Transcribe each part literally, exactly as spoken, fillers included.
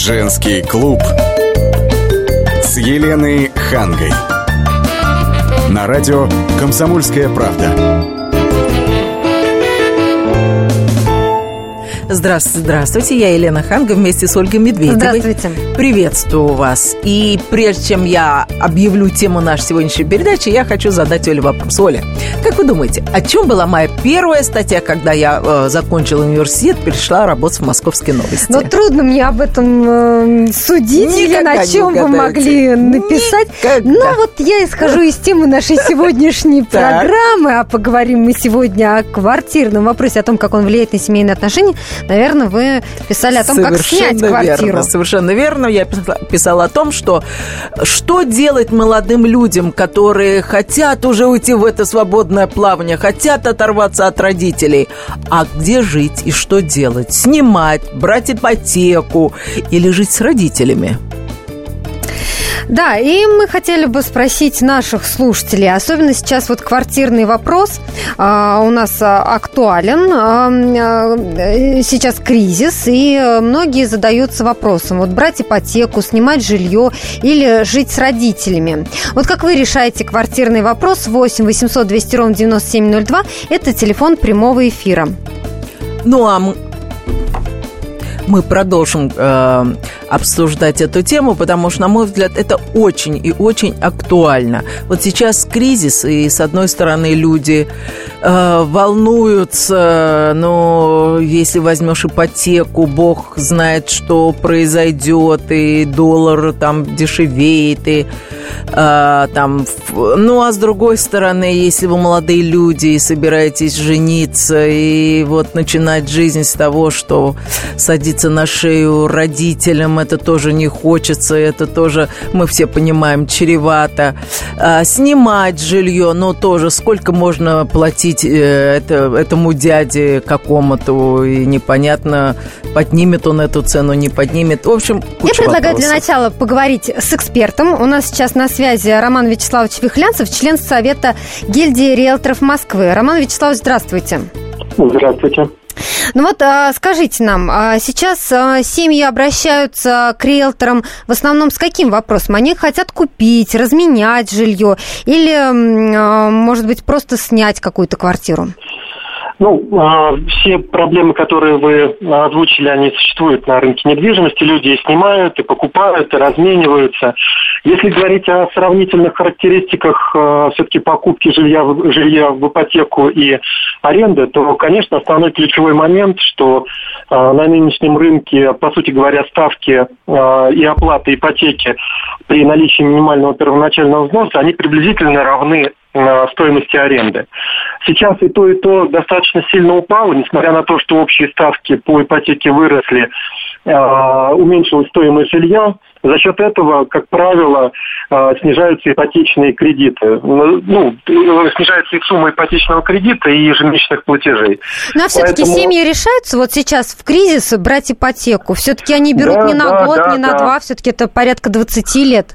Женский клуб с Еленой Хангой. На радио «Комсомольская правда». Здравствуйте, здравствуйте, я Елена Ханга вместе с Ольгой Медведевой. Здравствуйте. Приветствую вас. И прежде чем я объявлю тему нашей сегодняшней передачи, я хочу задать Оле вопрос. Оля, как вы думаете, о чем была моя первая статья, когда я э, закончила университет, перешла работать в «Московские новости»? Но трудно мне об этом э, судить, или на чем вы могли написать. Никогда. Но вот я исхожу из темы нашей сегодняшней программы, а поговорим мы сегодня о квартирном вопросе, о том, как он влияет на семейные отношения. Наверное, вы писали о том, совершенно как снять квартиру. Верно, совершенно верно. Я писала о том, что что делать молодым людям, которые хотят уже уйти в это свободное плавание, хотят оторваться от родителей. А где жить и что делать? Снимать, брать ипотеку или жить с родителями? Да, и мы хотели бы спросить наших слушателей, особенно сейчас вот квартирный вопрос а, у нас актуален, а, а, сейчас кризис, и многие задаются вопросом, вот брать ипотеку, снимать жилье или жить с родителями. Вот как вы решаете квартирный вопрос? восемь восемьсот двести ровно девяносто семь ноль два, это телефон прямого эфира. Ну, а мы... Мы продолжим э, обсуждать эту тему, потому что, на мой взгляд, это очень и очень актуально. Вот сейчас кризис, и, с одной стороны, люди э, волнуются, но если возьмешь ипотеку, бог знает, что произойдет, и доллар там дешевеет, и э, там... Ну, а с другой стороны, если вы молодые люди и собираетесь жениться, и вот начинать жизнь с того, что садиться на шею родителям, это тоже не хочется, это тоже, мы все понимаем, чревато. А, снимать жилье, но тоже сколько можно платить э, это, этому дяде какому-то, и непонятно, поднимет он эту цену, не поднимет. В общем, куча Я предлагаю вопросов. Для начала поговорить с экспертом. У нас сейчас на связи Роман Вячеславович Вихлянцев, член Совета гильдии риэлторов Москвы. Роман Вячеславович, здравствуйте. Здравствуйте. Ну вот, скажите нам, сейчас семьи обращаются к риэлторам в основном с каким вопросом? Они хотят купить, разменять жилье или, может быть, просто снять какую-то квартиру? Ну, все проблемы, которые вы озвучили, они существуют на рынке недвижимости. Люди и снимают, и покупают, и размениваются. Если говорить о сравнительных характеристиках все-таки покупки жилья, жилья в ипотеку и аренды, то, конечно, основной ключевой момент, что на нынешнем рынке, по сути говоря, ставки и оплаты ипотеки при наличии минимального первоначального взноса, они приблизительно равны стоимости аренды. Сейчас и то, и то достаточно сильно упало, несмотря на то, что общие ставки по ипотеке выросли, э, уменьшилась стоимость жилья. За счет этого, как правило, э, снижаются ипотечные кредиты. Ну, снижается их сумма ипотечного кредита и ежемесячных платежей. Ну, а все-таки Поэтому... семьи решаются вот сейчас в кризис брать ипотеку? Все-таки они берут да, не на да, год, да, не да. на два, все-таки это порядка двадцать лет.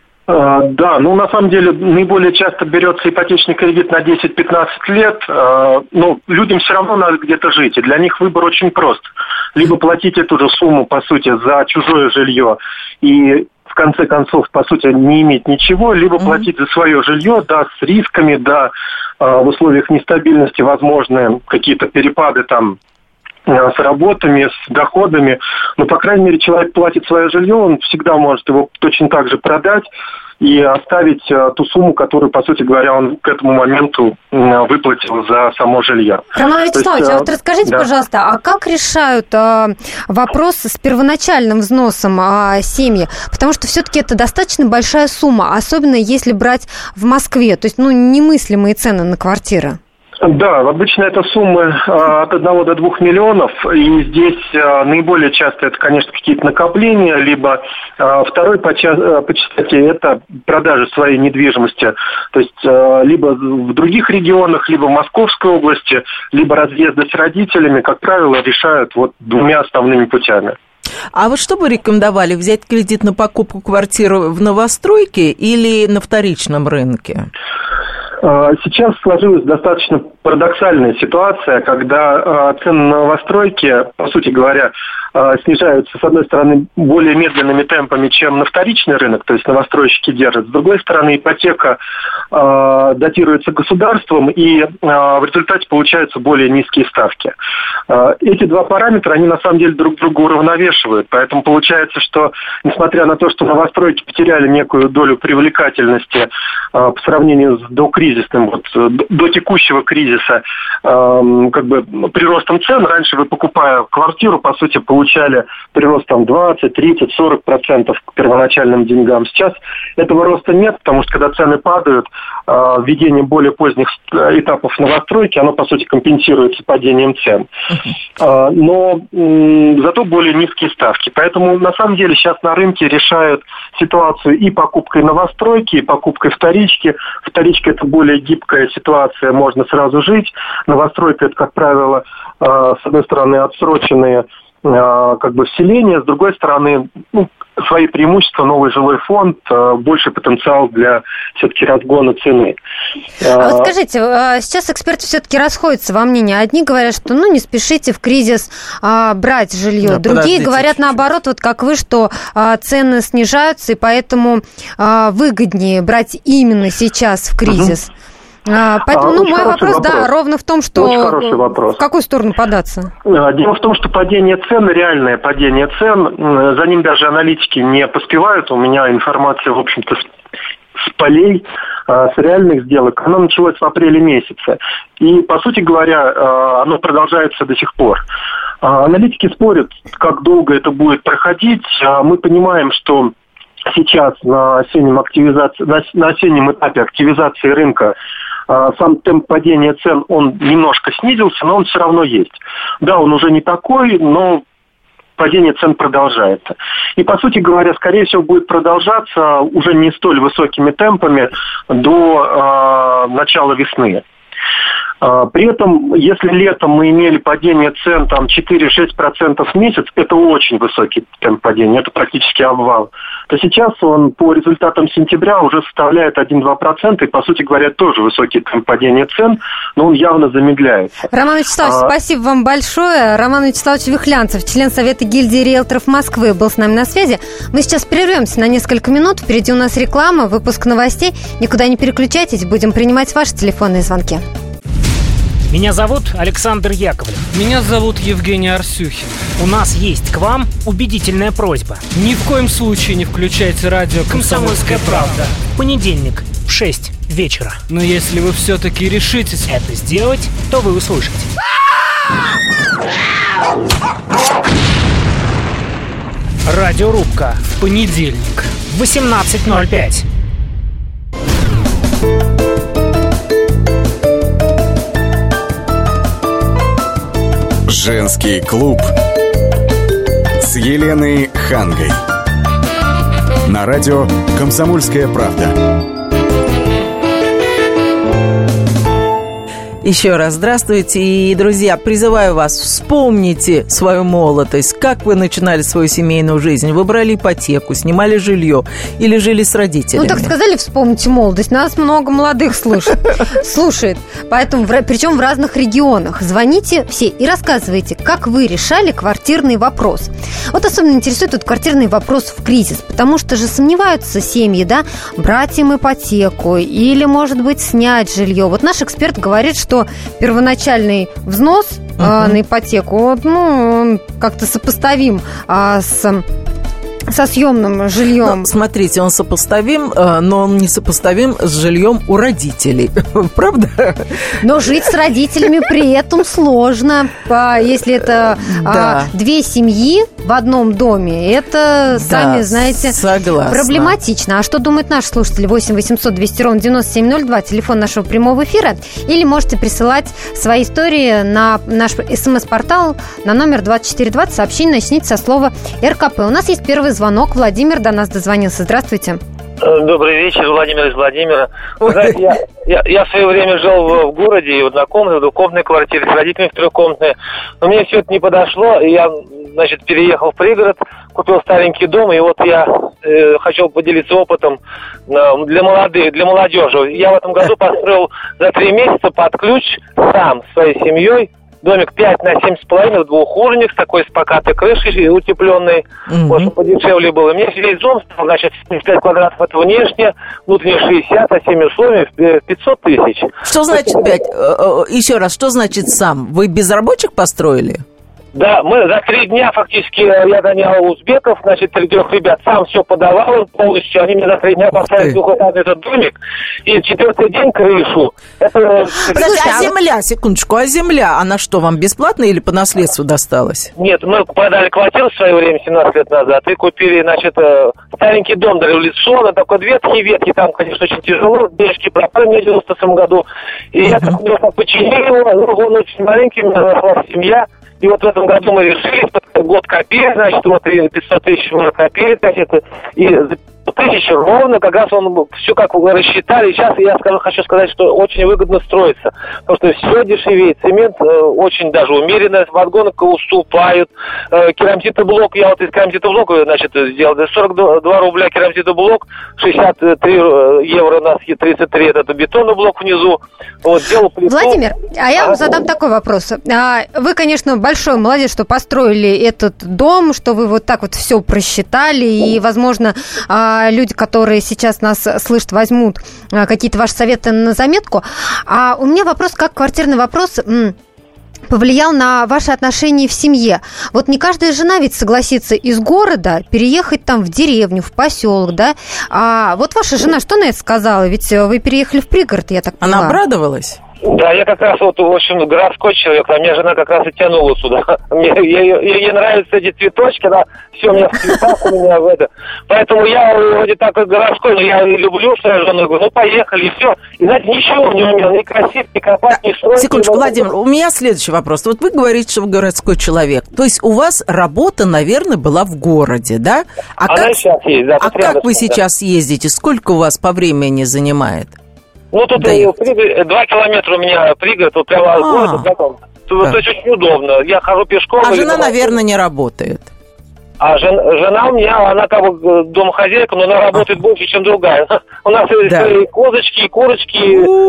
Да, ну на самом деле наиболее часто берется ипотечный кредит на десять-пятнадцать лет, но людям все равно надо где-то жить, и для них выбор очень прост. Либо платить эту же сумму, по сути, за чужое жилье и в конце концов, по сути, не иметь ничего, либо платить за свое жилье, да, с рисками, да, в условиях нестабильности возможны какие-то перепады там, с работами, с доходами, но, по крайней мере, человек платит свое жилье, он всегда может его точно так же продать и оставить ту сумму, которую, по сути говоря, он к этому моменту выплатил за само жилье. Роман Вячеславович, а вот расскажите, да. пожалуйста, а как решают а, вопрос с первоначальным взносом а, семьи? Потому что все-таки это достаточно большая сумма, особенно если брать в Москве, то есть, ну, немыслимые цены на квартиры. Да, обычно это суммы от одного до двух миллионов, и здесь наиболее часто это, конечно, какие-то накопления, либо второй по, ча- по частоте это продажа своей недвижимости, то есть либо в других регионах, либо в Московской области, либо разъезды с родителями, как правило, решают вот двумя основными путями. А вы что бы рекомендовали, взять кредит на покупку квартиры в новостройке или на вторичном рынке? Сейчас сложилась достаточно парадоксальная ситуация, когда цены на новостройки, по сути говоря, снижаются, с одной стороны, более медленными темпами, чем на вторичный рынок, то есть новостройщики держат. С другой стороны, ипотека э, датируется государством, и э, в результате получаются более низкие ставки. Э, эти два параметра, они на самом деле друг друга уравновешивают. Поэтому получается, что, несмотря на то, что новостройки потеряли некую долю привлекательности э, по сравнению с докризисным, вот, до текущего кризиса, э, как бы приростом цен, раньше вы, покупая квартиру, по сути, получали прирост там двадцать, тридцать, сорок процентов к первоначальным деньгам. Сейчас этого роста нет, потому что когда цены падают, введение более поздних этапов новостройки, оно, по сути, компенсируется падением цен. Но зато более низкие ставки. Поэтому, на самом деле, сейчас на рынке решают ситуацию и покупкой новостройки, и покупкой вторички. Вторичка – это более гибкая ситуация, можно сразу жить. Новостройка – это, как правило, с одной стороны, отсроченные как бы вселения, с другой стороны, ну, свои преимущества, новый жилой фонд, больший потенциал для все-таки разгона цены. А вот скажите, сейчас эксперты все-таки расходятся во мнении. Одни говорят, что ну не спешите в кризис а, брать жилье, да, другие говорят чуть-чуть. Наоборот, вот как вы, что а, цены снижаются, и поэтому а, выгоднее брать именно сейчас в кризис. Угу. А, поэтому, ну, мой вопрос, вопрос, да, ровно в том, что в какую сторону податься? Дело в том, что падение цен, реальное падение цен, за ним даже аналитики не поспевают. У меня информация, в общем-то, с, с полей, с реальных сделок, оно началось в апреле месяце. И, по сути говоря, оно продолжается до сих пор. Аналитики спорят, как долго это будет проходить. Мы понимаем, что сейчас на осеннем, активизации, на, на осеннем этапе активизации рынка сам темп падения цен, он немножко снизился, но он все равно есть. Да, он уже не такой, но падение цен продолжается. И, по сути говоря, скорее всего, будет продолжаться уже не столь высокими темпами до э, начала весны. При этом, если летом мы имели падение цен там четыре-шесть процентов в месяц, это очень высокий темп падения, это практически обвал, то сейчас он по результатам сентября уже составляет один-два процента, и, по сути говоря, тоже высокий темп падения цен, но он явно замедляется. Роман Вячеславович, а... спасибо вам большое. Роман Вячеславович Вихлянцев, член Совета гильдии риэлторов Москвы, был с нами на связи. Мы сейчас прервемся на несколько минут, впереди у нас реклама, выпуск новостей. Никуда не переключайтесь, будем принимать ваши телефонные звонки. Меня зовут Александр Яковлев. Меня зовут Евгений Арсюхин. У нас есть к вам убедительная просьба. Ни в коем случае не включайте радио «Комсомольская правда». В понедельник в шесть вечера. Но если вы все-таки решитесь это сделать, то вы услышите. Радиорубка. В понедельник. В восемнадцать ноль пять. Женский клуб с Еленой Хангой. На радио «Комсомольская правда». Еще раз здравствуйте. И, друзья, призываю вас, вспомните свою молодость. Как вы начинали свою семейную жизнь? Вы брали ипотеку, снимали жилье или жили с родителями? Ну, так сказали, вспомните молодость. Нас много молодых слушает. слушает. Поэтому, причем в разных регионах. Звоните все и рассказывайте, как вы решали квартирный вопрос. Вот особенно интересует тут квартирный вопрос в кризис. Потому что же сомневаются семьи, да, брать им ипотеку или, может быть, снять жилье. Вот наш эксперт говорит, что первоначальный взнос uh-huh. э, на ипотеку, ну, он как-то сопоставим э, с... со съемным жильем. Ну, смотрите, он сопоставим, но он не сопоставим с жильем у родителей. Правда? Но жить с родителями при этом сложно. Если это да. две семьи в одном доме, это, да, сами знаете, согласна. Проблематично. А что думают наши слушатели? восемь восемьсот двести ровно девяносто семь ноль два, телефон нашего прямого эфира. Или можете присылать свои истории на наш смс-портал на номер двадцать четыре двадцать. Сообщение начните со слова эр ка пэ. У нас есть первый звонок. Владимир до нас дозвонился. Здравствуйте. Добрый вечер, Владимир из Владимира. Вы знаете, я, я, я в свое время жил в, в городе, в однокомнатной, в двухкомнатной квартире, с родителями в трехкомнатной. Но мне все это не подошло, и я, значит, переехал в пригород, купил старенький дом, и вот я э, хочу поделиться опытом э, для молодых, для молодежи. Я в этом году построил за три месяца под ключ сам, своей семьей, домик пять на семь с половиной, двухуровневый, с такой с покатой крышей утепленной, mm-hmm. вот, чтобы подешевле было. Мне весь дом стал, значит, семьдесят пять квадратов, это внешне, внутренне шестьдесят, со всеми условиями пятьсот тысяч. Что значит пять? Еще раз, что значит сам? Вы без рабочих построили? Да, мы за три дня фактически, я гонял узбеков, значит, трех ребят, сам все подавал полностью, они мне за три дня поставили двухэтажный этот домик, и четвертый день крышу. Это... Подожди, а земля, секундочку, а земля, она что, вам бесплатно или по наследству досталась? Нет, мы продали квартиру в свое время, семнадцать лет назад, и купили, значит, старенький дом дореволюционный, такой две три ветки, там, конечно, очень тяжело, девушки пропали мне в девяносто втором году, и uh-huh. я так починил его, ну, он очень маленький, у меня росла семья. И вот в этом году мы решили, год копили, значит, вот пятьсот тысяч мы копили, значит, и тысячи ровно, как раз он все как вы рассчитали. И сейчас я скажу, хочу сказать, что очень выгодно строится, потому что все дешевеет. Цемент э, очень даже умеренно, вагонок уступают. Э, керамзитоблок, я вот из керамзитоблока, значит, сделал сорок два рубля керамзитоблок, шестьдесят три евро у нас, тридцать три это бетонный блок внизу. Вот, сделал плиту. Владимир, а я вам задам такой вопрос. Вы, конечно, большой молодец, что построили этот дом, что вы вот так вот все просчитали, и, возможно, люди, которые сейчас нас слышат, возьмут какие-то ваши советы на заметку. А у меня вопрос, как квартирный вопрос повлиял на ваши отношения в семье. Вот не каждая жена ведь согласится из города переехать там в деревню, в поселок, да? А вот ваша жена что на это сказала? Ведь вы переехали в пригород, я так поняла. Она обрадовалась? Да, я как раз вот, в общем, городской человек, а меня жена как раз и тянула сюда. Мне, ей, ей нравятся эти цветочки, она все у меня в цветах, у меня в это. Поэтому я вроде так городской, но я люблю свою жену, говорю, ну поехали, и все. И знаете, ничего не умел, ни красить, ни копать, ни строить. Секундочку, Владимир, у меня следующий вопрос. Вот вы говорите, что вы городской человек. То есть у вас работа, наверное, была в городе, да? А она как, сейчас есть, да. А как вы сейчас ездите? Сколько у вас по времени занимает? Ну, тут пригород, два километра у меня пригород, вот прямо от города, потом. То есть очень удобно. Я хожу пешком. А жена, наверное, не работает. А жен, жена у меня, она как бы домохозяйка, но она работает больше, чем другая. У нас да. и козочки, и курочки,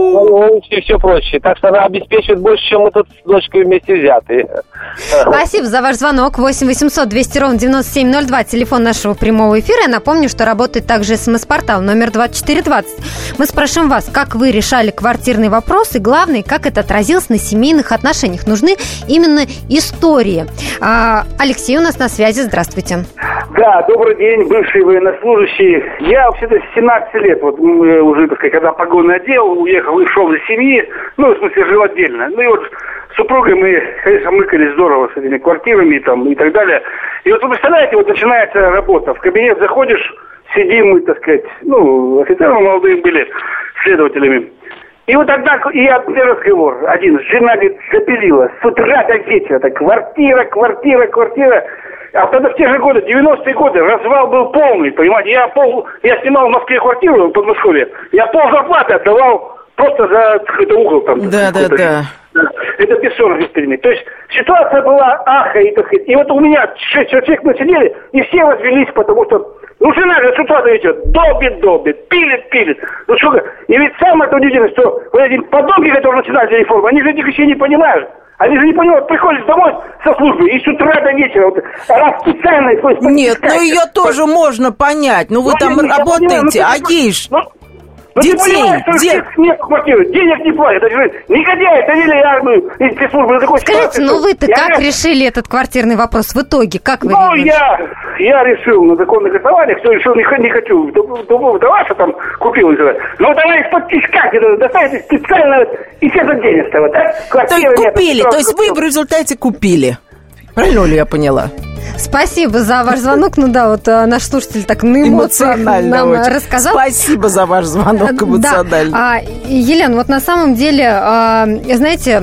и все прочее. Так что она обеспечивает больше, чем мы тут с дочкой вместе взятые. Спасибо за ваш звонок. восемь восемьсот двести ровно девяносто семь ноль два. Телефон нашего прямого эфира. Я напомню, что работает также СМС-портал номер двадцать четыре двадцать. Мы спрашиваем вас, как вы решали квартирный вопрос, и главное, как это отразилось на семейных отношениях. Нужны именно истории. А, Алексей у нас на связи. Здравствуйте. Да, добрый день, бывший военнослужащий. Я вообще-то с семнадцати лет, вот уже, так сказать, когда погонный отдел, уехал, ушел из семьи, ну, в смысле, жил отдельно. Ну, и вот с супругой мы, конечно, мыкались здорово с этими квартирами там и так далее. И вот вы представляете, вот начинается работа, в кабинет заходишь, сидим мы, так сказать, ну, офицеры молодые были, следователями. И вот тогда я разговор один, жена, говорит, запилила с утра до вечера, так, квартира, квартира, квартира. А тогда в те же годы, девяностые годы, развал был полный, понимаете. Я пол, я снимал в Москве квартиру в Подмосковье, я пол зарплаты отдавал просто за какой-то угол там. Да, да, да. Это бессовестность перед ней. То есть ситуация была аха, и так сказать. И вот у меня шесть человек мы сидели, и все развелись, потому что, ну, жена же с утра до вечера долбит, долбит, пилит, пилит. Ну, что, и ведь самое удивительное, что вот эти подонки, которые начинают реформу, они же этих вещей не понимают. Они же не понимают, приходишь домой со службы и с утра до вечера, вот, раз специально... Нет, ну ее тоже можно понять, ну вы ну, там я, работаете, я понимаю, а ей ж... Ну, ну, детей, ты понимаешь, что где... нет квартиры, денег не платят, это же негодяи, довели армию из спецслужбы до такой Скажите, ситуации. ну вы-то я как я... решили этот квартирный вопрос в итоге? Как вы Ну, я, я решил на законных основаниях, все решил, не, не хочу, да ваша там купила, но вот она из-под тишка доставит специально, и все за день оставят, да? Квартиры то есть купили, нет, то есть вы в результате купили. Правильно ли я поняла? Спасибо за ваш звонок. Ну да, вот наш слушатель так на эмоциях нам очень рассказал. Спасибо за ваш звонок эмоциональный. Да. Елена, вот на самом деле, знаете...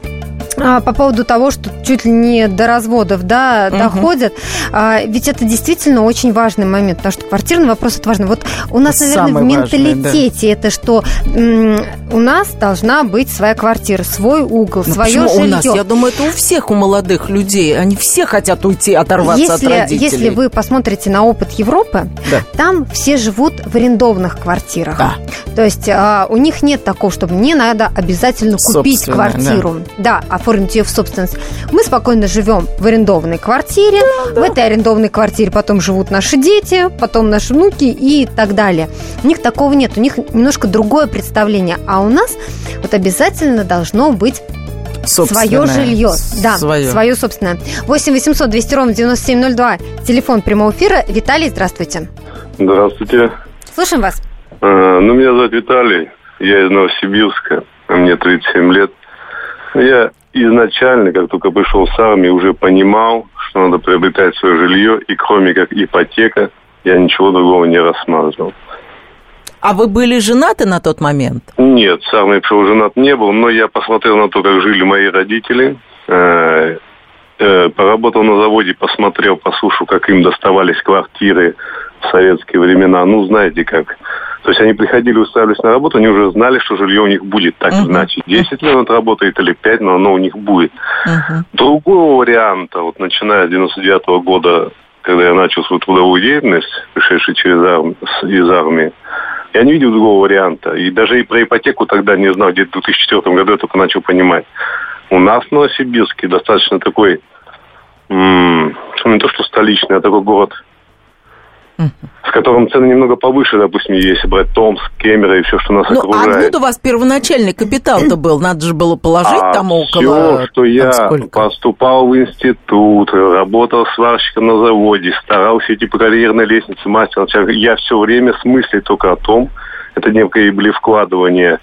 По поводу того, что чуть ли не до разводов, да, угу. доходят, а, ведь это действительно очень важный момент, потому что квартирный вопрос это важно. Вот у нас, это наверное, в менталитете важный, да. это, что м- у нас должна быть своя квартира, свой угол, но свое жилье. У нас? Я думаю, это у всех, у молодых людей. Они все хотят уйти, оторваться если, от родителей. Если вы посмотрите на опыт Европы, да. там все живут в арендованных квартирах. Да. То есть а, у них нет такого, чтобы мне надо обязательно купить квартиру. Да, да оформить ее в собственность. Мы спокойно живем в арендованной квартире. Да, да. В этой арендованной квартире потом живут наши дети, потом наши внуки и так далее. У них такого нет. У них немножко другое представление. А у нас вот обязательно должно быть свое жилье. Да, свое. свое собственное. восемь восемьсот двести ровно девяносто семь ноль два. Телефон прямого эфира. Виталий, здравствуйте. Здравствуйте. Слушаем вас. А, ну, меня зовут Виталий. Я из Новосибирска. Мне тридцать семь лет. Я изначально, как только пришел с армии, уже понимал, что надо приобретать свое жилье. И кроме как ипотека, я ничего другого не рассматривал. А вы были женаты на тот момент? Нет, с армии пришел, женат не был. Но я посмотрел на то, как жили мои родители. Э, э, поработал на заводе, посмотрел, послушал, как им доставались квартиры в советские времена. Ну, знаете как. То есть они приходили, устраивались на работу, они уже знали, что жилье у них будет так uh-huh. иначе. десять лет отработает или пять, но оно у них будет. Uh-huh. Другого варианта, вот начиная с девяносто девятого года, когда я начал свою трудовую деятельность, пришедший через арм... из армии, я не видел другого варианта. И даже и про ипотеку тогда не знал. Где-то в две тысячи четвёртом году я только начал понимать. У нас в Новосибирске достаточно такой, м- не то что столичный, а такой город, в котором цены немного повыше, допустим, если брать Томск, Кемерово и все, что нас ну, окружает. А откуда у вас первоначальный капитал-то был? Надо же было положить а там около... все, что я сколько? Поступал в институт, работал сварщиком на заводе, старался идти по карьерной лестнице мастера. Я все время с мыслей только о том, это некое были вкладывания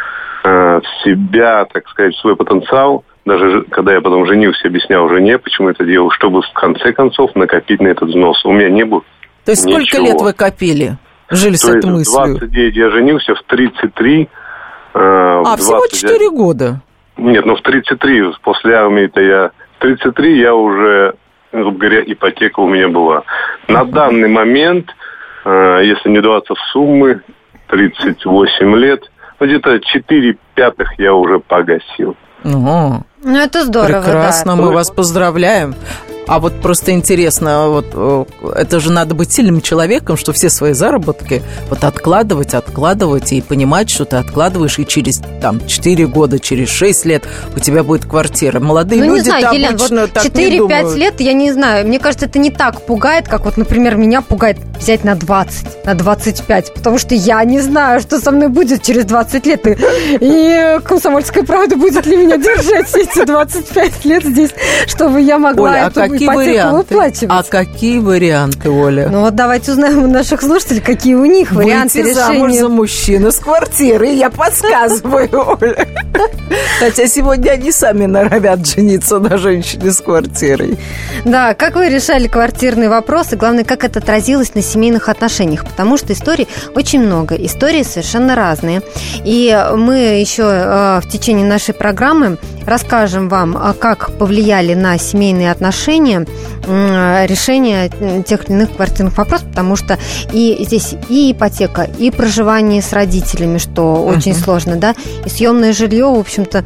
э, в себя, так сказать, в свой потенциал. Даже когда я потом женился, объяснял жене, почему это делал, чтобы в конце концов накопить на этот взнос. У меня не было. То есть сколько Ничего. лет вы копили? Жили То с этой мыслью? В двадцать девять я женился, в тридцать три... Э, а, всего четыре года? Нет, ну в тридцать три, после армии-то я... В тридцать три я уже, грубо говоря, ипотека у меня была. На данный момент, э, если не даваться в суммы, тридцать восемь лет, ну где-то четыре пятых я уже погасил. Ого. Ну, это здорово, Прекрасно, да. мы вас поздравляем. А вот просто интересно, вот это же надо быть сильным человеком, что все свои заработки вот откладывать, откладывать и понимать, что ты откладываешь, и через там четыре года, через шесть лет у тебя будет квартира. Молодые ну, люди не знаю, Елена, обычно вот так четыре-пять лет, я не знаю, мне кажется, это не так пугает, как вот, например, меня пугает взять на двадцать, на двадцать пять, потому что я не знаю, что со мной будет через двадцать лет, и, и «Комсомольская правда» будет ли меня держать все эти двадцать пять лет здесь, чтобы я могла Оля, эту а какие ипотеку варианты? выплачивать. А какие варианты, Оля? Ну вот давайте узнаем у наших слушателей, какие у них Выйти варианты решения. замуж за мужчину с квартиры, я подсказываю, Оля. Хотя сегодня они сами норовят жениться на женщине с квартирой. Да, как вы решали квартирный вопрос, и главное, как это отразилось на семейных отношениях, потому что историй очень много, истории совершенно разные. И мы еще э, в течение нашей программы расскажем вам, как повлияли на семейные отношения э, решение тех или иных квартирных вопросов, потому что и здесь и ипотека, и проживание с родителями, что uh-huh. очень сложно, да, и съемное жилье, в общем-то,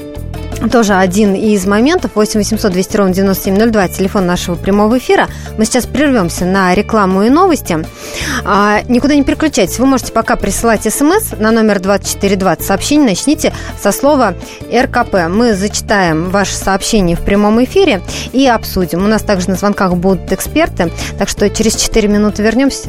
тоже один из моментов. Восемь восемьсот двести ровно девяносто семь ноль два, телефон нашего прямого эфира. Мы сейчас прервемся на рекламу и новости. А, никуда не переключайтесь. Вы можете пока присылать смс на номер двадцать четыре двадцать. Сообщение начните со слова эр ка пэ. Мы зачитаем ваши сообщения в прямом эфире и обсудим. У нас также на звонках будут эксперты, так что через четыре минуты вернемся.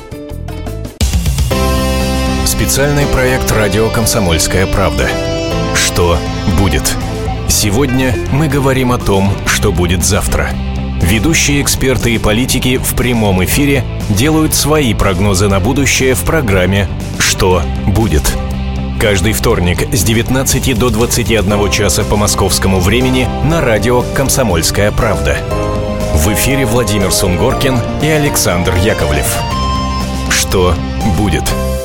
Специальный проект «Радио Комсомольская правда». Что будет? Сегодня мы говорим о том, что будет завтра. Ведущие эксперты и политики в прямом эфире делают свои прогнозы на будущее в программе «Что будет?». Каждый вторник с девятнадцати до двадцати одного часа по московскому времени на радио «Комсомольская правда». В эфире Владимир Сунгоркин и Александр Яковлев. Что будет?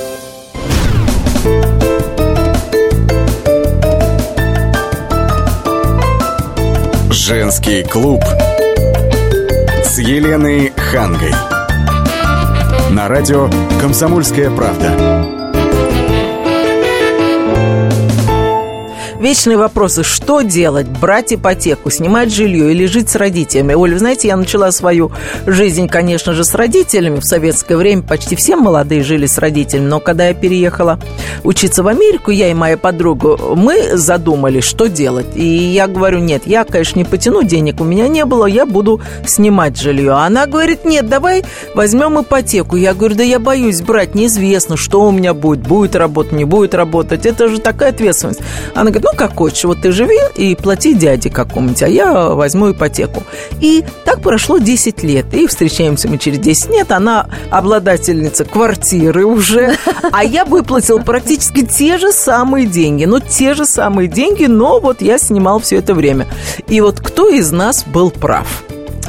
Женский клуб с Еленой Хангой. На радио «Комсомольская правда». Вечные вопросы. Что делать? Брать ипотеку, снимать жилье или жить с родителями? Оль, вы знаете, я начала свою жизнь, конечно же, с родителями. В советское время почти все молодые жили с родителями. Но когда я переехала учиться в Америку, я и моя подруга, мы задумались, что делать. И я говорю, нет, я, конечно, не потяну, денег у меня не было, я буду снимать жилье. А она говорит, нет, давай возьмем ипотеку. Я говорю, да я боюсь брать, неизвестно, что у меня будет, будет работать, не будет работать. Это же такая ответственность. Она говорит, ну, как хочешь, вот ты живи и плати дяде какому-нибудь, а я возьму ипотеку. И так прошло десять лет. И встречаемся мы через десять лет. Она обладательница квартиры уже, а я выплатила практически те же самые деньги. Ну, те же самые деньги, но вот я снимал все это время. И вот кто из нас был прав?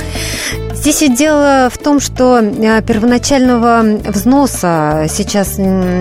Здесь ведь дело в том, что первоначального взноса сейчас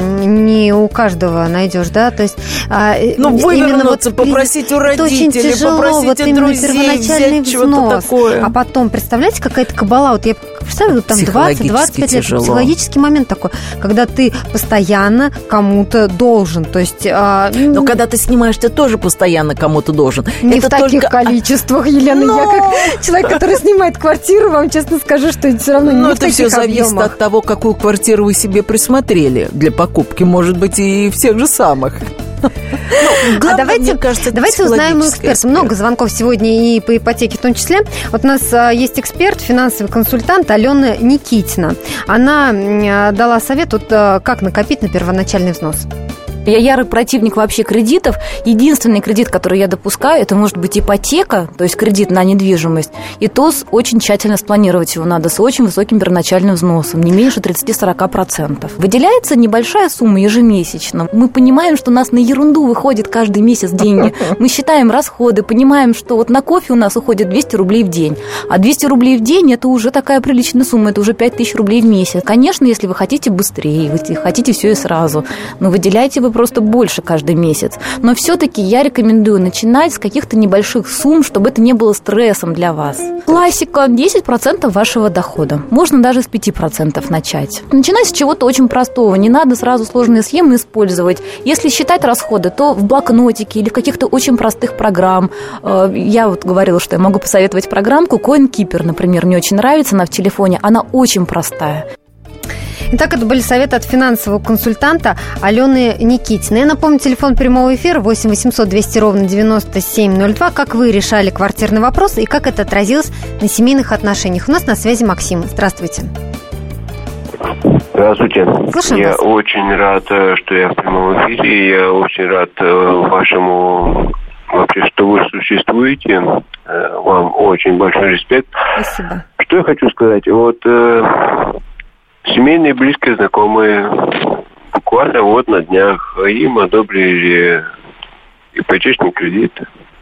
не у каждого найдешь, да, то есть... Ну, вывернуться, вот, попросить у родителей, очень тяжело, попросить вот у друзей, взять чего-то такое. А потом, представляете, какая-то кабала, вот я представляю, там двадцать-двадцать пять лет, психологический момент такой, когда ты постоянно кому-то должен, то есть... А, но когда ты снимаешь, ты тоже постоянно кому-то должен. Не это в таких только... количествах, Елена, но... я как человек, который снимает квартиру, вам честно скажу, что это все равно не но в таких это все объемах. Зависит от того, какую квартиру вы себе присмотрели для покупки. Может быть, и всех же самых. Ну, главное, а давайте, кажется, давайте узнаем у эксперта. Много звонков сегодня и по ипотеке в том числе. Вот у нас а, есть эксперт, финансовый консультант Алена Никитина. Она а, дала совет, вот, а, как накопить на первоначальный взнос. Я ярый противник вообще кредитов. Единственный кредит, который я допускаю, это может быть ипотека, то есть кредит на недвижимость. И то с, очень тщательно спланировать его надо, с очень высоким первоначальным взносом, не меньше тридцать-сорок процентов. Выделяется небольшая сумма ежемесячно. Мы понимаем, что у нас на ерунду выходит каждый месяц деньги. Мы считаем расходы, понимаем, что вот на кофе у нас уходит двести рублей в день. А двести рублей в день – это уже такая приличная сумма, это уже пять тысяч рублей в месяц. Конечно, если вы хотите быстрее, вы хотите все и сразу, но выделяйте вы просто больше каждый месяц. Но все-таки я рекомендую начинать с каких-то небольших сумм, чтобы это не было стрессом для вас. Классика – десять процентов вашего дохода. Можно даже с пяти процентов начать. Начинать с чего-то очень простого. Не надо сразу сложные схемы использовать. Если считать расходы, то в блокнотике или в каких-то очень простых программ. Я вот говорила, что я могу посоветовать программку CoinKeeper, например, мне очень нравится, она в телефоне. Она очень простая. Итак, это были советы от финансового консультанта Алены Никитиной. Я напомню, телефон прямого эфира восемь восемьсот двести ровно девяносто семь ноль два. Как вы решали квартирный вопрос и как это отразилось на семейных отношениях? У нас на связи Максим. Здравствуйте. Здравствуйте. Слушаем я вас. очень рад, что я в прямом эфире. Я очень рад вашему... Вообще, что вы существуете. Вам очень большой респект. Спасибо. Что я хочу сказать? Вот... Семейные близкие знакомые буквально вот на днях им одобрили ипотечный кредит.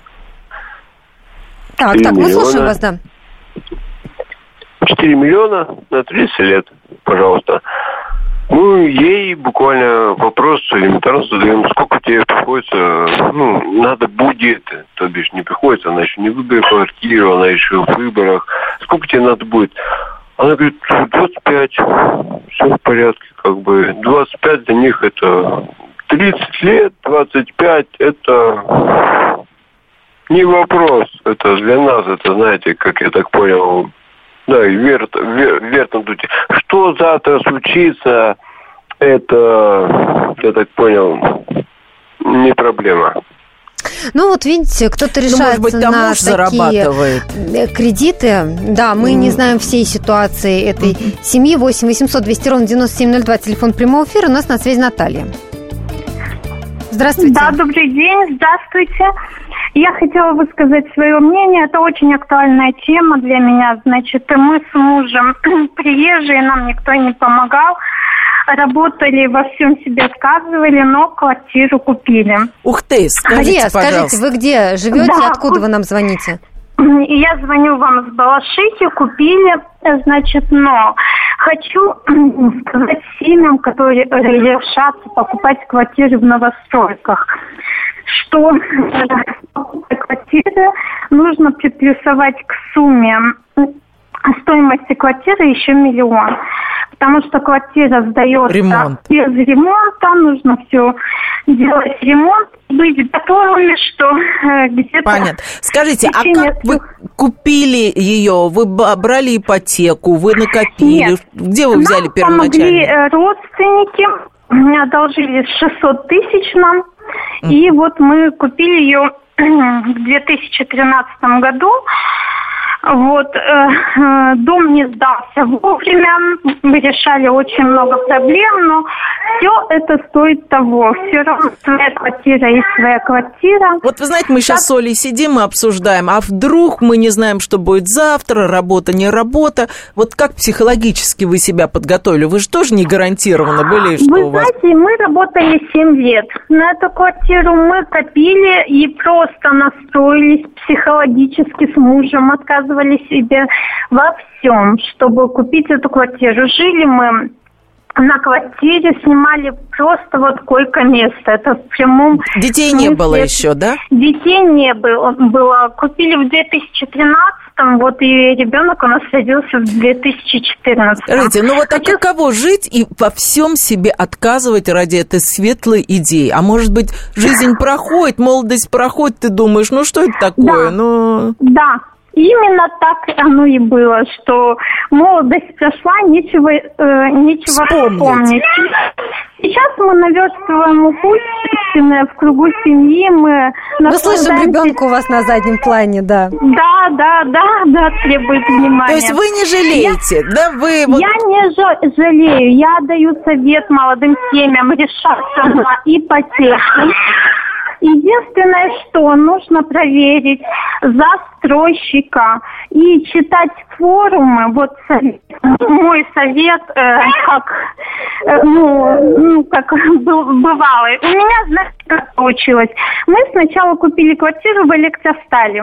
Так, так, мы слушаем вас, да. четыре миллиона на тридцать лет, пожалуйста. Ну, ей буквально вопрос элементарно задаем, сколько тебе приходится, ну, надо будет, то бишь не приходится, она еще не выберет квартиру, она еще в выборах, сколько тебе надо будет? Она говорит, двадцать пять, все в порядке, как бы, двадцать пять для них это тридцать лет, двадцать пять это не вопрос, это для нас, это, знаете, как я так понял, да, и вверх, вверх, вверх надуть. Что завтра случится, это, я так понял, не проблема. Ну, вот видите, кто-то решается, ну, быть, на такие кредиты. Да, мы mm. не знаем всей ситуации этой mm-hmm. семьи. восемь восемьсот двести ровно девяносто семь ноль два, телефон прямого эфира. У нас на связи Наталья. Здравствуйте. Да, добрый день, здравствуйте. Я хотела высказать свое мнение. Это очень актуальная тема для меня. Значит, мы с мужем приезжие, нам никто не помогал. Работали, во всем себе отказывали, но квартиру купили. Ух ты, скажите, где, скажите, вы где живете, да, откуда куп... вы нам звоните? Я звоню вам с Балашихи, купили, значит, но хочу сказать семьям, которые решатся покупать квартиры в новостройках, что покупать квартиры нужно приплюсовать к сумме стоимости квартиры еще миллион. Потому что квартира сдается Ремонт. без ремонта, нужно все делать ремонт. быть готовыми, что э, где-то... Понятно. Скажите, а как вы купили ее? Вы брали ипотеку, вы накопили? Нет. Где вы взяли нам первоначально? Помогли родственники, одолжили шестьсот тысяч нам, mm. и вот мы купили ее в две тысячи тринадцатом году. Вот, э, э, дом не сдался вовремя, мы решали очень много проблем, но все это стоит того. Все равно своя квартира и своя квартира. Вот вы знаете, мы сейчас так... с Олей сидим и обсуждаем, а вдруг мы не знаем, что будет завтра, работа, не работа. Вот как психологически вы себя подготовили? Вы же тоже не гарантированно были, что вы у вас... знаете, мы работали семь лет. На эту квартиру мы копили и просто настроились психологически с мужем, отказывались себе во всем, чтобы купить эту квартиру. Жили мы на квартире, снимали просто вот койко-место. Это в прямом Детей смысле. Не было еще, да? Детей не было. было. Купили в две тысячи тринадцатом, вот, и ребенок у нас родился в две тысячи четырнадцатом. Скажите, ну вот а каково жить и во всем себе отказывать ради этой светлой идеи? А может быть, жизнь проходит, молодость проходит, ты думаешь, ну что это такое? Да, ну... да. Именно так оно и было, что молодость прошла, нечего, э, нечего вспомнить. Сейчас мы наверстываем упущенное в кругу семьи. Мы мы слышим ребенка у вас на заднем плане, да. Да, да, да, да, требует внимания. То есть вы не жалеете, я, да? Вы вот... Я не жалею, я даю совет молодым семьям решаться на ипотеку. Единственное, что нужно проверить застройщика и читать форумы. Вот мой совет, э, как, э, ну, ну, как был, бывалый. У меня, знаете, как получилось. Мы сначала купили квартиру в Электростале.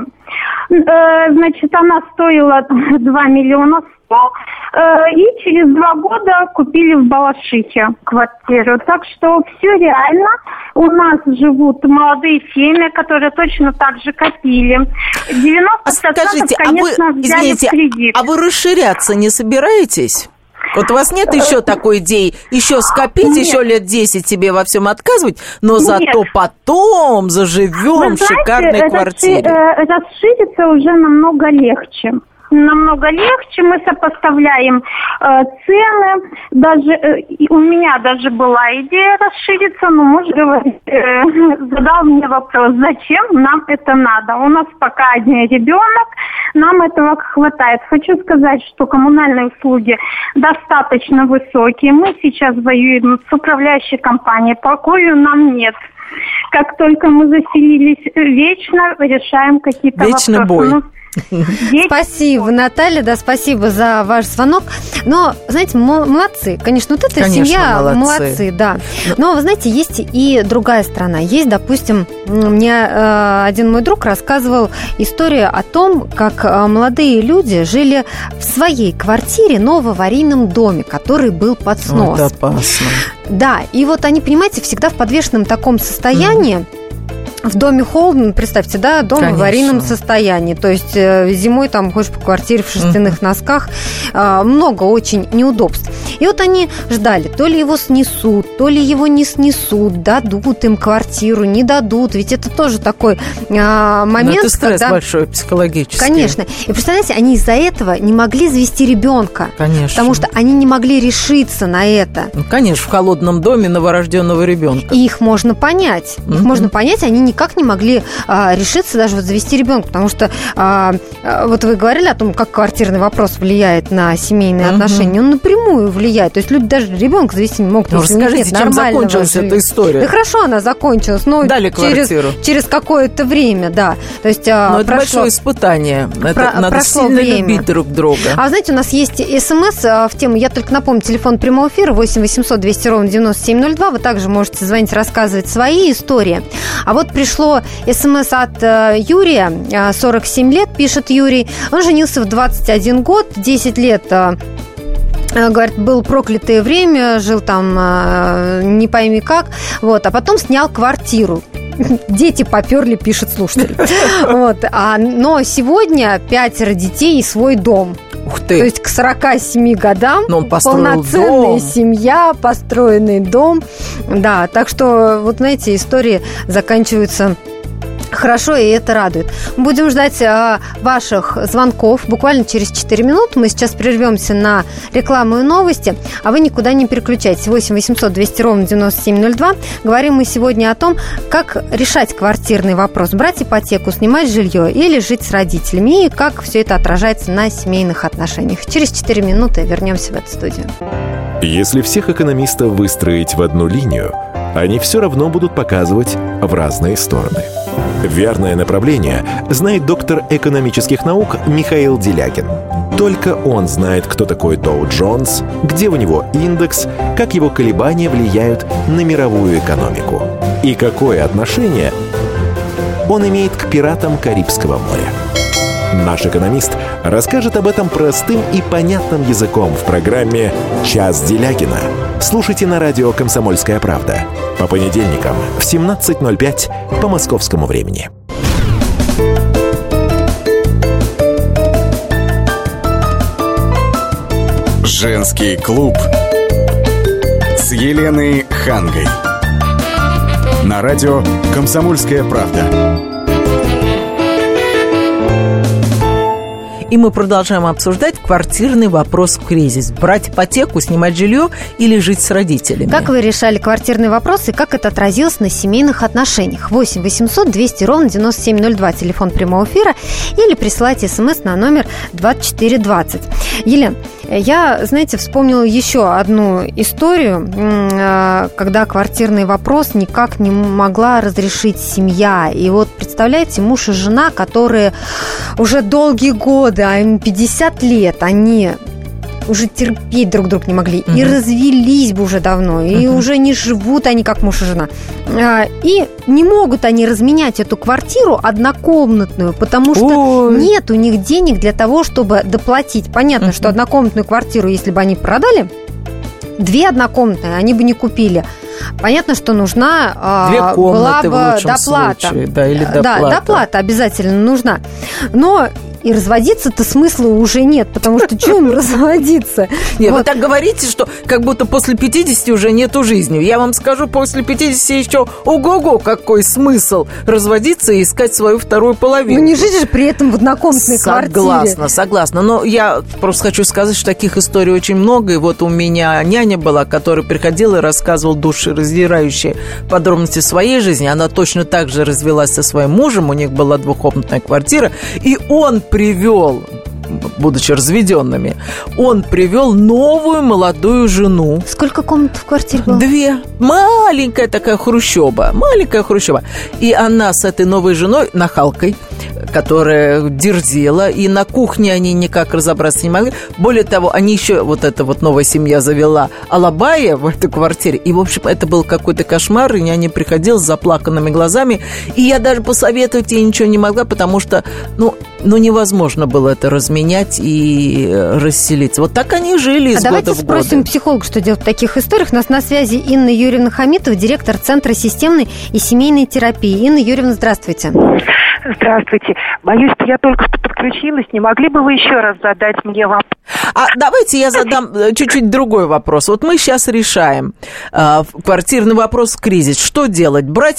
Э, значит, она стоила два миллиона сто. Э, и через два года купили в Балашихе квартиру. Так что все реально. У нас живут молодые семьи, которые точно так же копили. девяносто процентов, Скажите, конечно, а вы, взяли извините, кредит. А вы расширяться не собираетесь? Вот у вас нет еще такой идеи, еще скопить, нет. еще лет десять себе во всем отказывать, но зато нет. потом заживем в шикарной квартире. Расшириться уже намного легче. Намного легче, мы сопоставляем э, цены, даже э, у меня даже была идея расшириться, но муж говорит, э, задал мне вопрос, зачем нам это надо, у нас пока один ребенок, нам этого хватает. Хочу сказать, что коммунальные услуги достаточно высокие, мы сейчас воюем с управляющей компанией, покою нам нет. Как только мы заселились, вечно решаем какие-то Вечный вопросы. Бой. Спасибо, Наталья, да, спасибо за ваш звонок. Но, знаете, молодцы. Конечно, вот эта Конечно, семья, молодцы. молодцы, да. Но, вы знаете, есть и другая сторона. Есть, допустим, мне э, один мой друг рассказывал историю о том, как э, молодые люди жили в своей квартире, но в аварийном доме, который был под снос. Вот опасно. Да, и вот они, понимаете, всегда в подвешенном таком состоянии. Mm-hmm. В доме холодно, представьте, да, дом Конечно. В аварийном состоянии. То есть э, зимой там ходишь по квартире в шерстяных uh-huh. носках. Э, много очень неудобств. И вот они ждали, то ли его снесут, то ли его не снесут, дадут им квартиру, не дадут. Ведь это тоже такой э, момент. Но это стресс когда... большой психологический. Конечно. И представляете, они из-за этого не могли завести ребенка. Конечно. Потому что они не могли решиться на это. Ну, конечно, в холодном доме новорожденного ребенка. И их можно понять. Uh-huh. Их можно понять, они не никак не могли а, решиться даже вот завести ребенка, потому что а, а, вот вы говорили о том, как квартирный вопрос влияет на семейные uh-huh. отношения, он напрямую влияет, то есть люди даже ребенка завести не могут. Ну, расскажите, чем закончилась жилья. эта история? Да хорошо, она закончилась, но Дали через, через какое-то время, да. То есть, а, но это прошло, большое испытание, это про, надо сильно время. любить друг друга. А знаете, у нас есть смс в тему, я только напомню, телефон прямого эфира восемь восемьсот двести ровно девяносто семь ноль два, вы также можете звонить, рассказывать свои истории. А вот пришло смс от э, Юрия, э, сорок семь лет, пишет Юрий. Он женился в двадцать один год, десять лет, э, э, говорит, был проклятое время, жил там э, не пойми как, вот, а потом снял квартиру. Дети поперли, пишет слушатель. Вот. А, но сегодня пятеро детей и свой дом. Ух Ух ты! То есть к сорока семи годам Но он построил полноценная дом. семья, построенный дом. Да, так что, вот знаете, истории заканчиваются хорошо, и это радует. Будем ждать а, ваших звонков. Буквально через четыре минуты мы сейчас прервемся на рекламу и новости, а вы никуда не переключайтесь. восемь восемьсот двести ровно девяносто семь ноль два. Говорим мы сегодня о том, как решать квартирный вопрос. Брать ипотеку, снимать жилье или жить с родителями. И как все это отражается на семейных отношениях. Через четыре минуты вернемся в эту студию. Если всех экономистов выстроить в одну линию, они все равно будут показывать в разные стороны. Верное направление знает доктор экономических наук Михаил Делягин. Только он знает, кто такой Доу Джонс, где у него индекс, как его колебания влияют на мировую экономику и какое отношение он имеет к пиратам Карибского моря. Наш экономист расскажет об этом простым и понятным языком в программе «Час Делягина». Слушайте на радио «Комсомольская правда» по понедельникам в семнадцать ноль пять по московскому времени. Женский клуб с Еленой Хангой. На радио «Комсомольская правда». И мы продолжаем обсуждать квартирный вопрос в кризис. Брать ипотеку, снимать жилье или жить с родителями? Как вы решали квартирный вопрос и как это отразилось на семейных отношениях? восемь восемьсот двести ровно девяносто семь ноль два, телефон прямого эфира, или присылайте смс на номер двадцать четыре двадцать. Елена, я, знаете, вспомнила еще одну историю, когда квартирный вопрос никак не могла разрешить семья. И вот, представляете, муж и жена, которые уже долгие годы, а им пятьдесят лет, они уже терпеть друг друга не могли. Uh-huh. И развелись бы уже давно. И uh-huh. уже не живут они как муж и жена. И не могут они разменять эту квартиру однокомнатную, потому что Ой. нет у них денег для того, чтобы доплатить. Понятно, uh-huh. что однокомнатную квартиру, если бы они продали, две однокомнатные они бы не купили. Понятно, что нужна Две была бы в лучшем доплата. Случае, да, или доплата. Да, доплата обязательно нужна. Но и разводиться-то смысла уже нет, потому что чем разводиться? Нет, вот. Вы так говорите, что как будто после пятидесяти уже нету жизни. Я вам скажу, после пятидесяти еще ого-го, какой смысл разводиться и искать свою вторую половину. Ну не жить же при этом в однокомнатной квартире. Согласна, согласна. Но я просто хочу сказать, что таких историй очень много. И вот у меня няня была, которая приходила и рассказывала душераздирающие подробности своей жизни. Она точно так же развелась со своим мужем. У них была двухкомнатная квартира. И он привел, будучи разведенными, он привел новую молодую жену. Сколько комнат в квартире было? Две. Маленькая такая хрущоба. Маленькая хрущоба. И она с этой новой женой, нахалкой, которая дерзила, и на кухне они никак разобраться не могли. Более того, они еще, вот эта вот новая семья завела алабая в этой квартире. И, в общем, это был какой-то кошмар, и няня приходила с заплаканными глазами. И я даже посоветовать ей ничего не могла, потому что, ну, ну невозможно было это разменять и расселиться. Вот так они жили из а года в год. Давайте спросим психолога, что делать в таких историях. У нас на связи Инна Юрьевна Хамитова, директор Центра системной и семейной терапии. Инна Юрьевна, здравствуйте. Здравствуйте. Боюсь, что я только что подключилась. Не могли бы вы еще раз задать мне вопрос? А давайте я задам чуть-чуть другой вопрос. Вот мы сейчас решаем э, квартирный вопрос в кризис. Что делать? Брать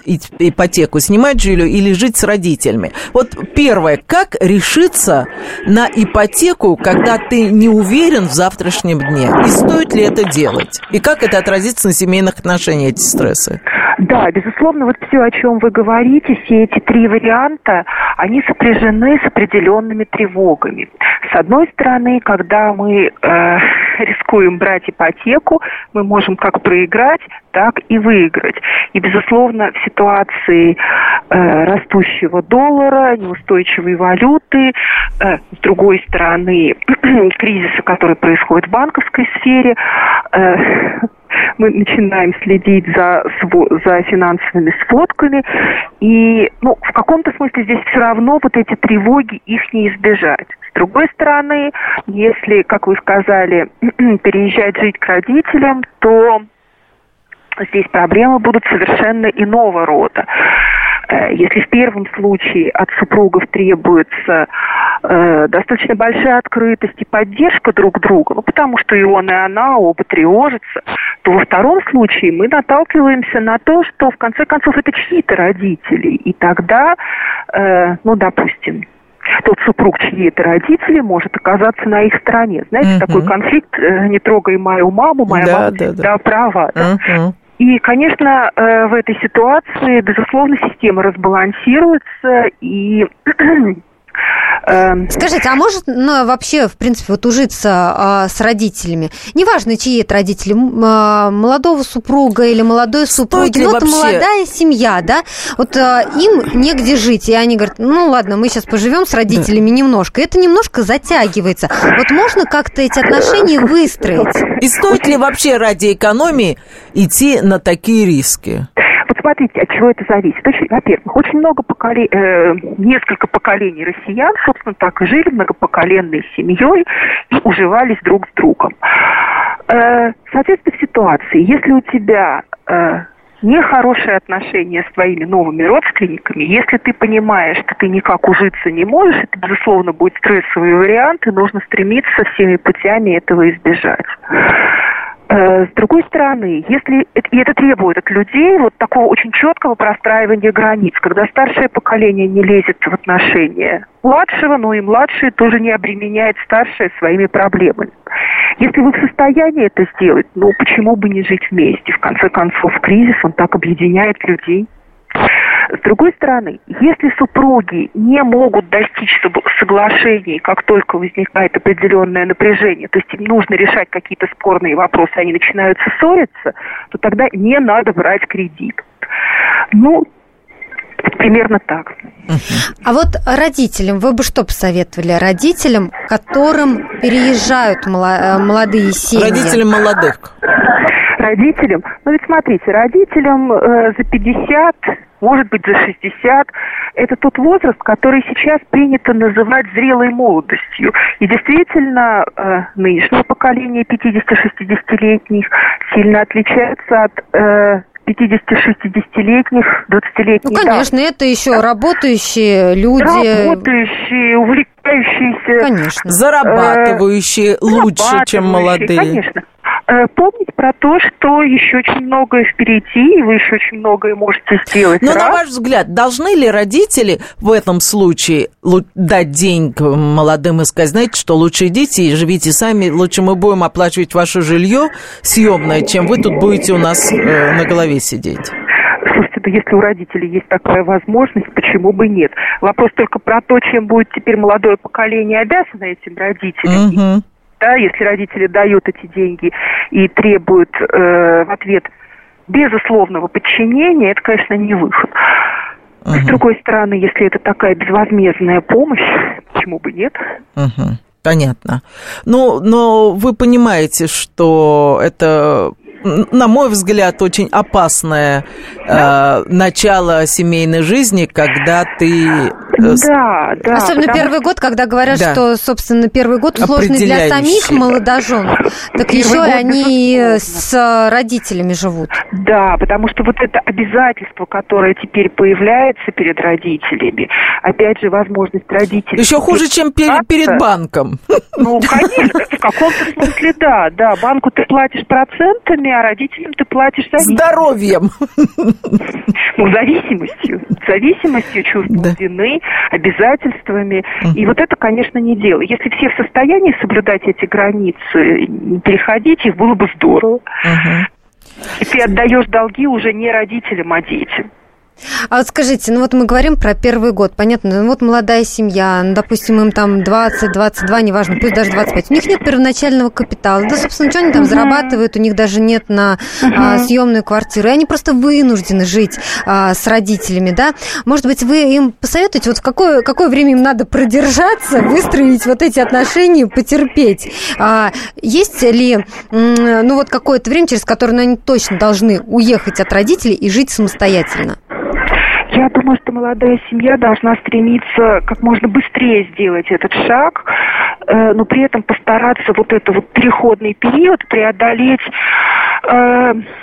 ипотеку, снимать жилье или жить с родителями? Вот первое. Как решиться на ипотеку, когда ты не уверен в завтрашнем дне? И стоит ли это делать? И как это отразится на семейных отношениях, эти стрессы? Да, безусловно, вот все, о чем вы говорите, все эти три варианта, они сопряжены с определенными тревогами. С одной стороны, когда мы э, рискуем брать ипотеку, мы можем как проиграть, так и выиграть. И, безусловно, в ситуации э, растущего доллара, неустойчивой валюты, э, с другой стороны, кризиса, который происходит в банковской сфере, э, мы начинаем следить за, за финансовыми сводками, и ну, в каком-то смысле здесь все равно вот эти тревоги, их не избежать. С другой стороны, если, как вы сказали, переезжать жить к родителям, то здесь проблемы будут совершенно иного рода. Если в первом случае от супругов требуется э, достаточно большая открытость и поддержка друг друга, ну, потому что и он, и она оба тревожатся, то во втором случае мы наталкиваемся на то, что в конце концов это чьи-то родители. И тогда, э, ну, допустим, тот супруг, чьи это родители, может оказаться на их стороне. Знаете, uh-huh. такой конфликт, э, не трогай мою маму, моя да, мама да, всегда да. права. Да? Uh-huh. И, конечно, э, в этой ситуации, безусловно, система разбалансируется, и... Скажите, а может ну, вообще, в принципе, вот ужиться а, с родителями? Неважно, чьи это родители, а, молодого супруга или молодой супруги, ну, это молодая семья, да? Вот а, им негде жить, и они говорят, ну, ладно, мы сейчас поживем с родителями да. немножко. Это немножко затягивается. Вот можно как-то эти отношения выстроить? И стоит ли вообще ради экономии идти на такие риски? Вот смотрите, от чего это зависит. Очень, во-первых, очень много поколений, э, несколько поколений россиян, собственно, так и жили многопоколенной семьей и уживались друг с другом. Э, соответственно, в ситуации, если у тебя э, нехорошие отношения с твоими новыми родственниками, если ты понимаешь, что ты никак ужиться не можешь, это, безусловно, будет стрессовый вариант, и нужно стремиться всеми путями этого избежать. С другой стороны, если и это требует от людей вот такого очень четкого простраивания границ, когда старшее поколение не лезет в отношения младшего, но и младший тоже не обременяет старшее своими проблемами. Если вы в состоянии это сделать, ну почему бы не жить вместе? В конце концов, кризис, он так объединяет людей. С другой стороны, если супруги не могут достичь соглашений, как только возникает определенное напряжение, то есть им нужно решать какие-то спорные вопросы, они начинают ссориться, то тогда не надо брать кредит. Ну, примерно так. А вот родителям, вы бы что посоветовали? Родителям, которым переезжают молодые семьи? Родителям молодых. Родителям? Ну ведь смотрите, родителям э, за пятьдесят, может быть за шестьдесят, это тот возраст, который сейчас принято называть зрелой молодостью. И действительно, э, нынешнее поколение пятидесяти-шестидесятилетних сильно отличается от... Э, пятидесяти-шестидесятилетних, двадцатилетних. Ну, конечно, да. Это еще работающие люди. Работающие, увлекающиеся. Конечно. Зарабатывающие э, лучше, чем молодые. Конечно. Э, помнить про то, что еще очень многое впереди, и вы еще очень многое можете сделать. Но раз. на ваш взгляд, должны ли родители в этом случае дать денег молодым и сказать, знаете, что лучше идите и живите сами, лучше мы будем оплачивать ваше жилье съемное, чем вы тут будете у нас э, на голове сидеть? Слушайте, да если у родителей есть такая возможность, почему бы нет? Вопрос только про то, чем будет теперь молодое поколение обязано этим родителям. Угу. Да, если родители дают эти деньги и требуют э, в ответ безусловного подчинения, это, конечно, не выход. Uh-huh. С другой стороны, если это такая безвозмездная помощь, почему бы нет? Uh-huh. Понятно. Ну, но вы понимаете, что это, на мой взгляд, очень опасное э, начало семейной жизни, когда ты... Да, да. Особенно потому... первый год, когда говорят, да. что, собственно, первый год сложный для самих молодожен, так первый еще и они с родителями живут. Да, потому что вот это обязательство, которое теперь появляется перед родителями, опять же, возможность родителей... Еще хуже, чем перед, перед банком. Ну, конечно, в каком-то смысле, да, да. Банку ты платишь процентами, а родителям ты платишь зависимостью. Здоровьем. Ну, зависимостью. Зависимостью, чувством да. вины, обязательствами. Uh-huh. И вот это, конечно, не дело. Если все в состоянии соблюдать эти границы, не переходить их, было бы здорово. Uh-huh. И ты отдаешь долги уже не родителям, а детям. А вот скажите, ну вот мы говорим про первый год, понятно, ну вот молодая семья, ну, допустим, им там двадцать, двадцать два, неважно, пусть даже двадцать пять, у них нет первоначального капитала, да, собственно, что они там uh-huh. зарабатывают, у них даже нет на uh-huh. а, съемную квартиру, и они просто вынуждены жить а, с родителями, да, может быть, вы им посоветуете, вот в какое, какое время им надо продержаться, выстроить вот эти отношения, потерпеть, а, есть ли, ну вот какое-то время, через которое ну, они точно должны уехать от родителей и жить самостоятельно? Я думаю, что молодая семья должна стремиться как можно быстрее сделать этот шаг, э, но при этом постараться вот этот вот переходный период преодолеть э,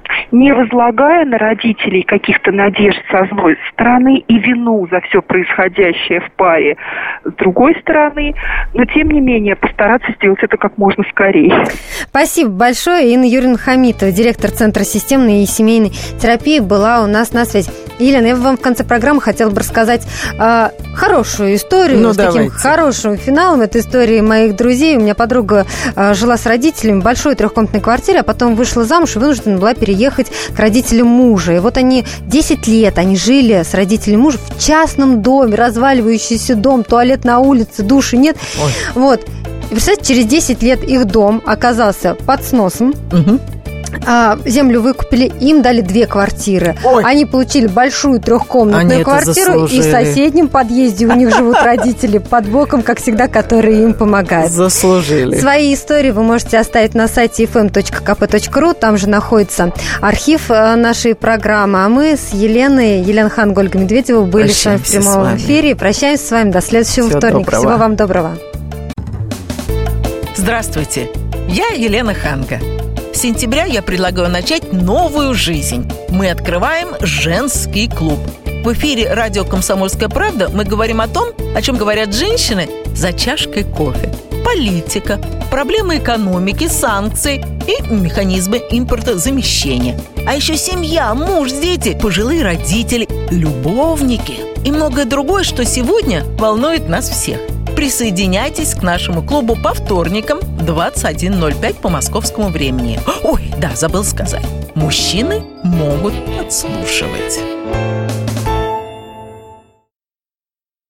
не возлагая на родителей каких-то надежд с одной стороны и вину за все происходящее в паре с другой стороны, но тем не менее постараться сделать это как можно скорее. Спасибо большое. Инна Юрьевна Хамитова, директор Центра системной и семейной терапии, была у нас на связи. Елена, я вам в конце программы хотела бы рассказать э, хорошую историю ну, с давайте. таким хорошим финалом. Это история моих друзей. У меня подруга э, жила с родителями в большой трехкомнатной квартире, а потом вышла замуж и вынуждена была переехать к родителям мужа. И вот они десять лет они жили с родителями мужа в частном доме, разваливающийся дом, туалет на улице, души нет. Ой. Вот. И представьте, через десять лет их дом оказался под сносом. Угу. А, землю выкупили, им дали две квартиры. Ой. Они получили большую трехкомнатную Они квартиру, и в соседнем подъезде у них живут родители под боком, как всегда, которые им помогают. Заслужили. Свои истории вы можете оставить на сайте эф эм точка ка пэ точка ру. Там же находится архив нашей программы. А мы с Еленой, Елена Ханга, Ольга Медведева были с вами в прямом эфире. Прощаемся с вами до следующего Всего вторника. Доброго. Всего вам доброго. Здравствуйте, я Елена Ханга. С сентября я предлагаю начать новую жизнь. Мы открываем женский клуб. В эфире радио «Комсомольская правда» мы говорим о том, о чем говорят женщины за чашкой кофе. Политика, проблемы экономики, санкции и механизмы импортозамещения. А еще семья, муж, дети, пожилые родители, любовники и многое другое, что сегодня волнует нас всех. Присоединяйтесь к нашему клубу по вторникам в двадцать один ноль пять по московскому времени. Ой, да, забыл сказать. Мужчины могут подслушивать.